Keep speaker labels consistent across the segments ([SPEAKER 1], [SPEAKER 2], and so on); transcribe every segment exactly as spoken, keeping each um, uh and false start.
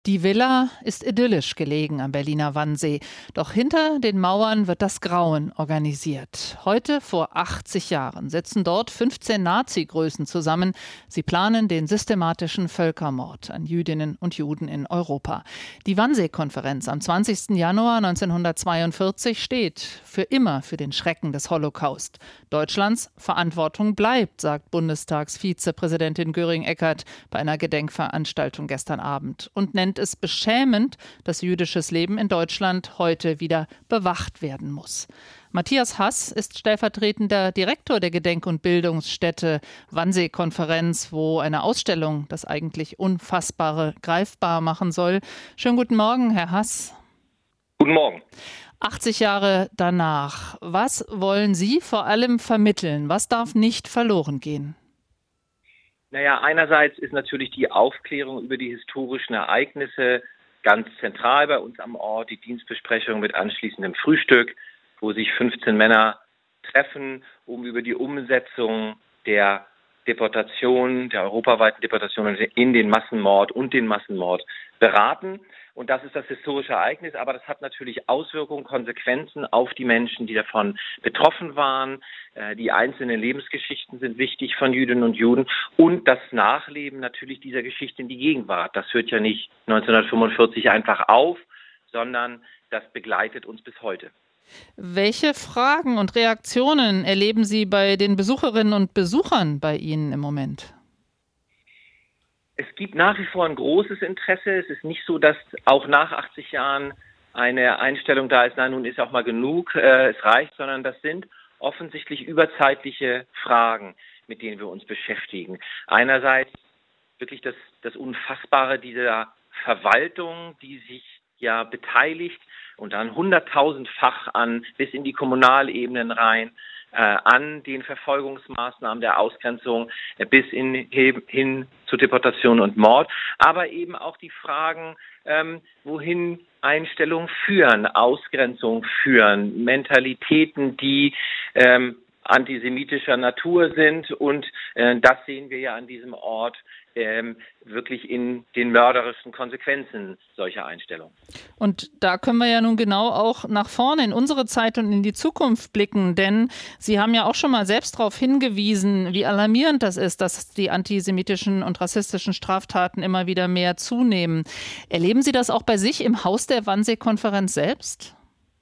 [SPEAKER 1] Die Villa ist idyllisch gelegen am Berliner Wannsee. Doch hinter den Mauern wird das Grauen organisiert. Heute vor achtzig Jahren sitzen dort fünfzehn Nazi-Größen zusammen. Sie planen den systematischen Völkermord an Jüdinnen und Juden in Europa. Die Wannsee-Konferenz am zwanzigsten Januar neunzehnhundertzweiundvierzig steht für immer für den Schrecken des Holocaust. Deutschlands Verantwortung bleibt, sagt Bundestagsvizepräsidentin Göring-Eckardt bei einer Gedenkveranstaltung gestern Abend und nennt es beschämend, dass jüdisches Leben in Deutschland heute wieder bewacht werden muss. Matthias Hass ist stellvertretender Direktor der Gedenk- und Bildungsstätte Wannsee-Konferenz, wo eine Ausstellung das eigentlich Unfassbare greifbar machen soll. Schönen guten Morgen, Herr Hass.
[SPEAKER 2] Guten Morgen.
[SPEAKER 1] achtzig Jahre danach. Was wollen Sie vor allem vermitteln? Was darf nicht verloren gehen?
[SPEAKER 2] Naja, einerseits ist natürlich die Aufklärung über die historischen Ereignisse ganz zentral bei uns am Ort, die Dienstbesprechung mit anschließendem Frühstück, wo sich fünfzehn Männer treffen, um über die Umsetzung der Deportation, der europaweiten Deportation in den Massenmord und den Massenmord beraten. Und das ist das historische Ereignis, aber das hat natürlich Auswirkungen, Konsequenzen auf die Menschen, die davon betroffen waren. Die einzelnen Lebensgeschichten sind wichtig von Jüdinnen und Juden und das Nachleben natürlich dieser Geschichte in die Gegenwart. Das hört ja nicht neunzehnhundertfünfundvierzig einfach auf, sondern das begleitet uns bis heute.
[SPEAKER 1] Welche Fragen und Reaktionen erleben Sie bei den Besucherinnen und Besuchern bei Ihnen im Moment?
[SPEAKER 2] Es gibt nach wie vor ein großes Interesse. Es ist nicht so, dass auch nach achtzig Jahren eine Einstellung da ist, nein, nun ist auch mal genug, äh, es reicht, sondern das sind offensichtlich überzeitliche Fragen, mit denen wir uns beschäftigen. Einerseits wirklich das, das Unfassbare dieser Verwaltung, die sich ja beteiligt und dann hunderttausendfach an bis in die Kommunalebenen rein äh, an den Verfolgungsmaßnahmen der Ausgrenzung äh, bis in, hin zu Deportation und Mord, aber eben auch die Fragen, ähm, wohin Einstellungen führen, Ausgrenzung führen, Mentalitäten, die ähm, antisemitischer Natur sind und äh, das sehen wir ja an diesem Ort ähm, wirklich in den mörderischen Konsequenzen solcher Einstellungen.
[SPEAKER 1] Und da können wir ja nun genau auch nach vorne in unsere Zeit und in die Zukunft blicken, denn Sie haben ja auch schon mal selbst darauf hingewiesen, wie alarmierend das ist, dass die antisemitischen und rassistischen Straftaten immer wieder mehr zunehmen. Erleben Sie das auch bei sich im Haus der Wannsee-Konferenz selbst?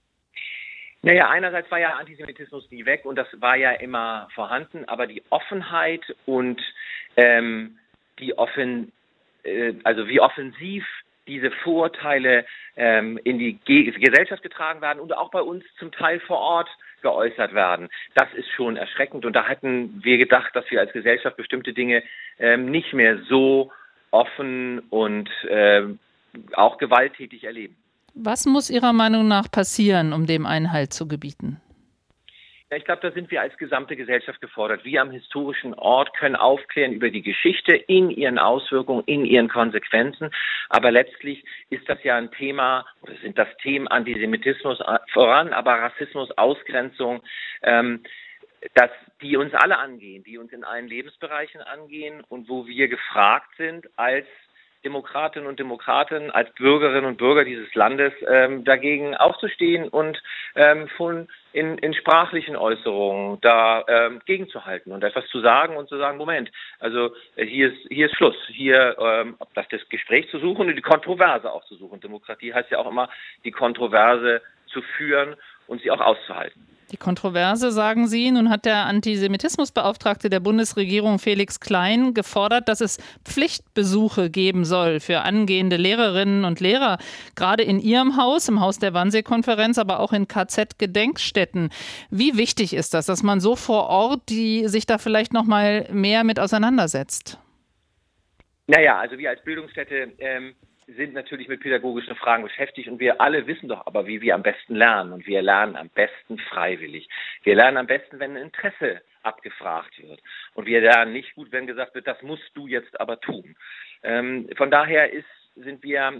[SPEAKER 2] Naja, einerseits war ja Antisemitismus nie weg und das war ja immer vorhanden, aber die Offenheit und ähm, die offen, äh, also wie offensiv diese Vorurteile ähm, in die Ge- Gesellschaft getragen werden und auch bei uns zum Teil vor Ort geäußert werden. Das ist schon erschreckend und da hätten wir gedacht, dass wir als Gesellschaft bestimmte Dinge ähm, nicht mehr so offen und äh, auch gewalttätig erleben.
[SPEAKER 1] Was muss Ihrer Meinung nach passieren, um dem Einhalt zu gebieten?
[SPEAKER 2] Ja, ich glaube, da sind wir als gesamte Gesellschaft gefordert. Wir am historischen Ort können aufklären über die Geschichte in ihren Auswirkungen, in ihren Konsequenzen. Aber letztlich ist das ja ein Thema, oder sind das Themen Antisemitismus voran, aber Rassismus, Ausgrenzung, ähm, dass die uns alle angehen, die uns in allen Lebensbereichen angehen und wo wir gefragt sind als Demokratinnen und Demokraten, als Bürgerinnen und Bürger dieses Landes ähm, dagegen aufzustehen und ähm, von in, in sprachlichen Äußerungen da ähm, gegenzuhalten und etwas zu sagen und zu sagen, Moment, also äh, hier ist hier ist Schluss, hier ähm, das, das Gespräch zu suchen und die Kontroverse auch zu suchen. Demokratie heißt ja auch immer, die Kontroverse zu führen und sie auch auszuhalten.
[SPEAKER 1] Die Kontroverse, sagen Sie. Nun hat der Antisemitismusbeauftragte der Bundesregierung Felix Klein gefordert, dass es Pflichtbesuche geben soll für angehende Lehrerinnen und Lehrer, gerade in Ihrem Haus, im Haus der Wannsee-Konferenz, aber auch in K Z-Gedenkstätten. Wie wichtig ist das, dass man so vor Ort die sich da vielleicht noch mal mehr mit auseinandersetzt?
[SPEAKER 2] Naja, also wir als Bildungsstätte ähm, sind natürlich mit pädagogischen Fragen beschäftigt und wir alle wissen doch aber, wie wir am besten lernen und wir lernen am besten freiwillig. Wir lernen am besten, wenn ein Interesse abgefragt wird und wir lernen nicht gut, wenn gesagt wird, das musst du jetzt aber tun. Ähm, von daher ist, sind wir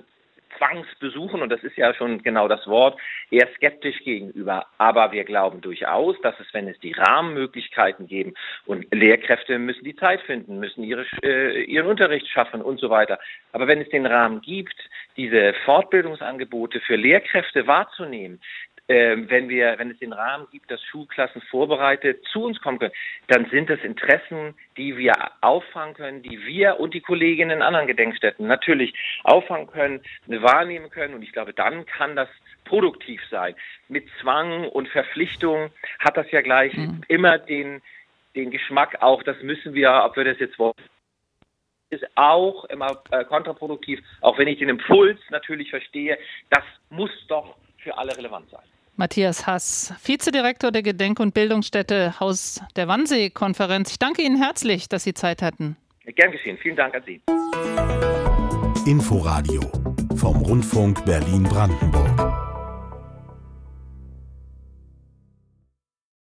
[SPEAKER 2] Zwangsbesuchen, und das ist ja schon genau das Wort, eher skeptisch gegenüber. Aber wir glauben durchaus, dass es, wenn es die Rahmenmöglichkeiten geben und Lehrkräfte müssen die Zeit finden, müssen ihre, äh, ihren Unterricht schaffen und so weiter. Aber wenn es den Rahmen gibt, diese Fortbildungsangebote für Lehrkräfte wahrzunehmen, wenn wir, wenn es den Rahmen gibt, dass Schulklassen vorbereitet zu uns kommen können, dann sind das Interessen, die wir auffangen können, die wir und die Kolleginnen in anderen Gedenkstätten natürlich auffangen können, wahrnehmen können. Und ich glaube, dann kann das produktiv sein. Mit Zwang und Verpflichtung hat das ja gleich mhm. immer den, den Geschmack auch, das müssen wir, ob wir das jetzt wollen, ist auch immer äh, kontraproduktiv, auch wenn ich den Impuls natürlich verstehe, das muss doch für alle relevant sein.
[SPEAKER 1] Matthias Hass, Vizedirektor der Gedenk- und Bildungsstätte Haus der Wannsee-Konferenz. Ich danke Ihnen herzlich, dass Sie Zeit hatten.
[SPEAKER 2] Gern geschehen. Vielen Dank an Sie.
[SPEAKER 3] Inforadio vom Rundfunk Berlin-Brandenburg.